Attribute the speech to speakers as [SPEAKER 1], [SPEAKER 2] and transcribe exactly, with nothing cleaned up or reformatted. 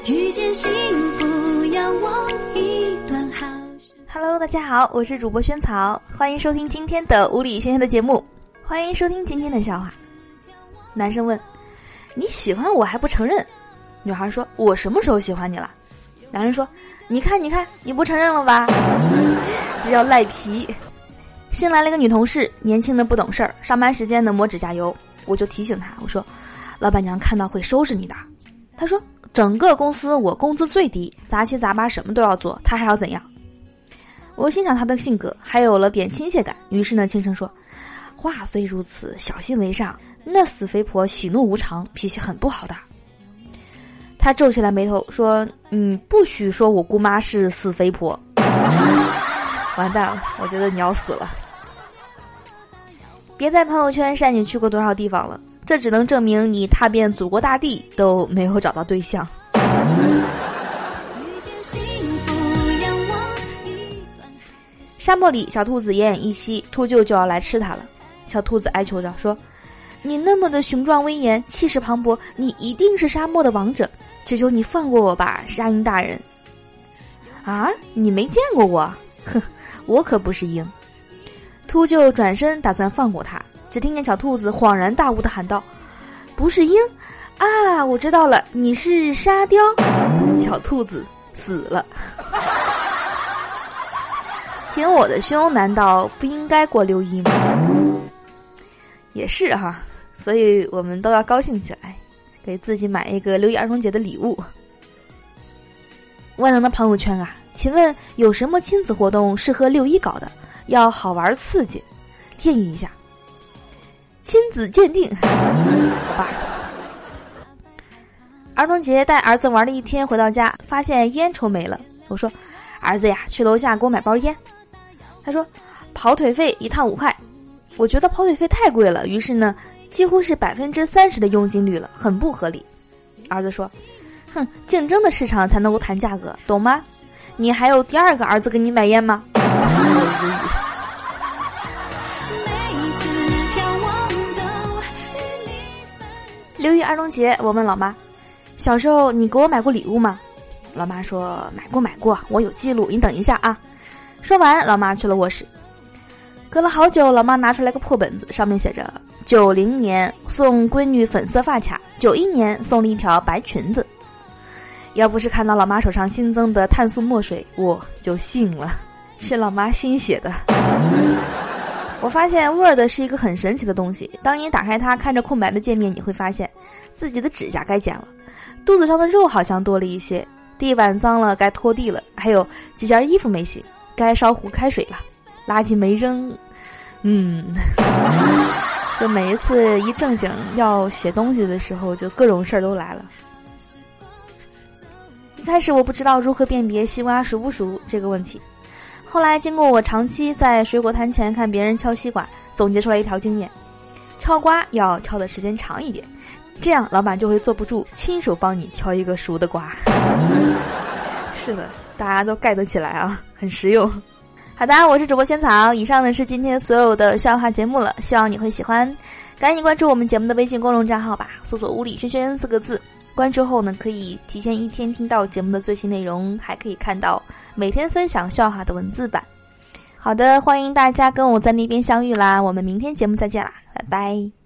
[SPEAKER 1] 遇见幸福，仰望一段好事。
[SPEAKER 2] Hello， 大家好，我是主播萱草，欢迎收听今天的无理萱萱的节目。欢迎收听今天的笑话。男生问：你喜欢我还不承认？女孩说：我什么时候喜欢你了？男人说：你看你看，你不承认了吧？这叫赖皮。新来了一个女同事，年轻的不懂事儿，上班时间呢抹指甲油，我就提醒她，我说老板娘看到会收拾你的。她说整个公司我工资最低，杂七杂八什么都要做，她还要怎样？我欣赏她的性格，还有了点亲切感，于是呢轻声说：话虽如此，小心为上，那死肥婆喜怒无常，脾气很不好的。她皱起来眉头说：嗯，不许说我姑妈是死肥婆。完蛋了，我觉得你要死了。别在朋友圈晒你去过多少地方了，这只能证明你踏遍祖国大地都没有找到对象。沙漠里小兔子奄奄一息，秃鹫就要来吃它了。小兔子哀求着说：你那么的雄壮威严，气势磅礴，你一定是沙漠的王者，求求你放过我吧，沙鹰大人。啊，你没见过我？哼，我可不是鹰。秃鹫转身打算放过他，只听见小兔子恍然大悟地喊道：不是鹰啊，我知道了，你是沙雕。小兔子死了。挺我的胸难道不应该过六一吗？也是哈，所以我们都要高兴起来，给自己买一个六一儿童节的礼物。万能的朋友圈啊，请问有什么亲子活动适合六一搞的？要好玩刺激，建议一下。亲子鉴定，好吧。儿童节带儿子玩了一天，回到家发现烟抽没了。我说：儿子呀，去楼下给我买包烟。他说：跑腿费一趟五块。我觉得跑腿费太贵了，于是呢，几乎是百分之三十的佣金率了，很不合理。儿子说：哼，竞争的市场才能够谈价格，懂吗？你还有第二个儿子给你买烟吗？六一儿童节，我问老妈：小时候你给我买过礼物吗？老妈说：买过买过，我有记录，你等一下啊。说完，老妈去了卧室。隔了好久，老妈拿出来个破本子，上面写着：九零年送闺女粉色发卡，九一年送了一条白裙子。要不是看到老妈手上新增的碳素墨水，我就信了，是老妈新写的。我发现 Word 是一个很神奇的东西，当你打开它，看着空白的界面，你会发现自己的指甲该剪了，肚子上的肉好像多了一些，地板脏了该拖地了，还有几件衣服没洗，该烧壶开水了，垃圾没扔。嗯，就每一次一正经要写东西的时候，就各种事儿都来了。一开始我不知道如何辨别西瓜熟不熟这个问题，后来经过我长期在水果摊前看别人敲西瓜，总结出来一条经验：敲瓜要敲的时间长一点，这样老板就会坐不住，亲手帮你挑一个熟的瓜。是的，大家都盖得起来啊，很实用。好的，我是主播萱草，以上呢是今天所有的笑话节目了，希望你会喜欢。赶紧关注我们节目的微信公众账号吧，搜索无理萱萱四个字，关注后呢可以提前一天听到节目的最新内容，还可以看到每天分享笑话的文字版。好的，欢迎大家跟我在那边相遇啦，我们明天节目再见啦，拜拜。